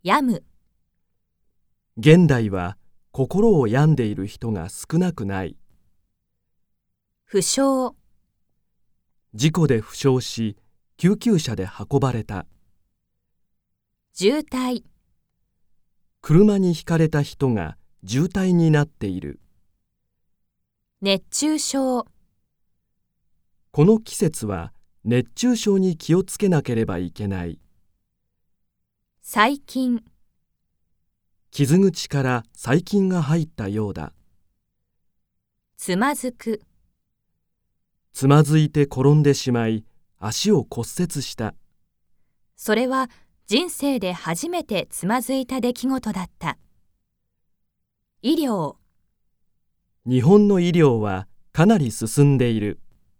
病む。 現代は心を病んでいる人が少なくない。 負傷。 事故で負傷し、救急車で運ばれた。 渋滞。 車にひかれた人が渋滞になっている。 熱中症。 この季節は熱中症に気をつけなければいけない。 細菌。 傷口から細菌が入ったようだ。 つまずく。 つまずいて転んでしまい、足を骨折した。 それは人生で初めてつまずいた出来事だった。医療。 日本の医療はかなり進んでいる。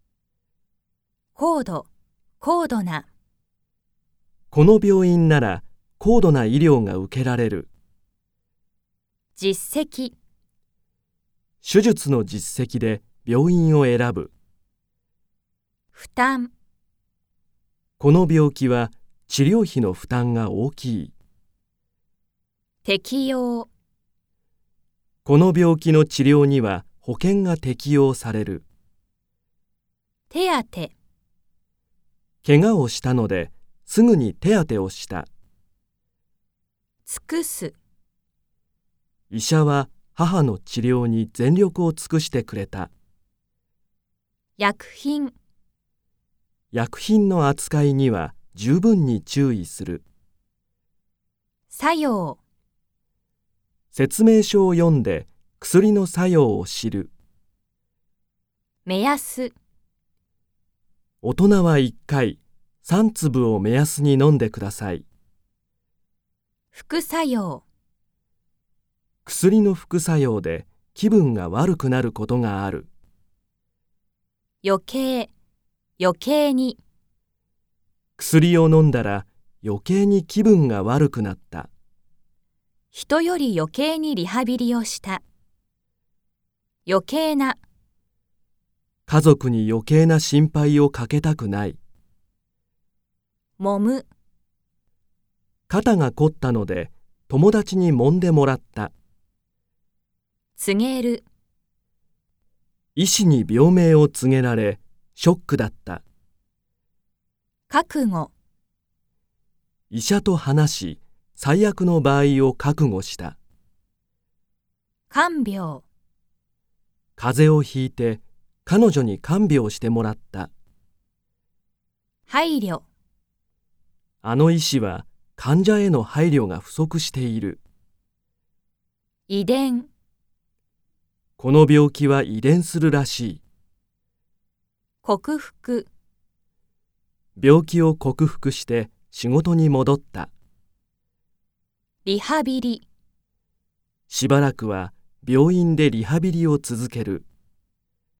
高度、高度な。 この病院なら高度な医療が受けられる。 実績。 手術の実績で病院を選ぶ。 負担。 この病気は治療費の負担が大きい。 適用。 この病気の治療には保険が適用される。 手当。 怪我をしたのですぐに手当てをした。 尽くす。 医者は母の治療に全力を尽くしてくれた。 薬品。 薬品の扱いには十分に注意する。 作用。 説明書を読んで薬の作用を知る。 目安。 大人は1回3粒を目安に飲んでください。 副作用。 薬の副作用で気分が悪くなることがある。 余計、余計に。 薬を飲んだら余計に気分が悪くなった。 人より余計にリハビリをした。余計な。 家族に余計な心配をかけたくない。 揉む。 肩が凝ったので友達に揉んでもらった。 告げる。 医師に病名を告げられショックだった。 覚悟。 医者と話し最悪の場合を覚悟した。 看病。 風邪をひいて彼女に看病してもらった。 配慮。 あの医師は患者への配慮が不足している。 遺伝。 この病気は遺伝するらしい。 克服。 病気を克服して仕事に戻った。 リハビリ。 しばらくは病院でリハビリを続ける。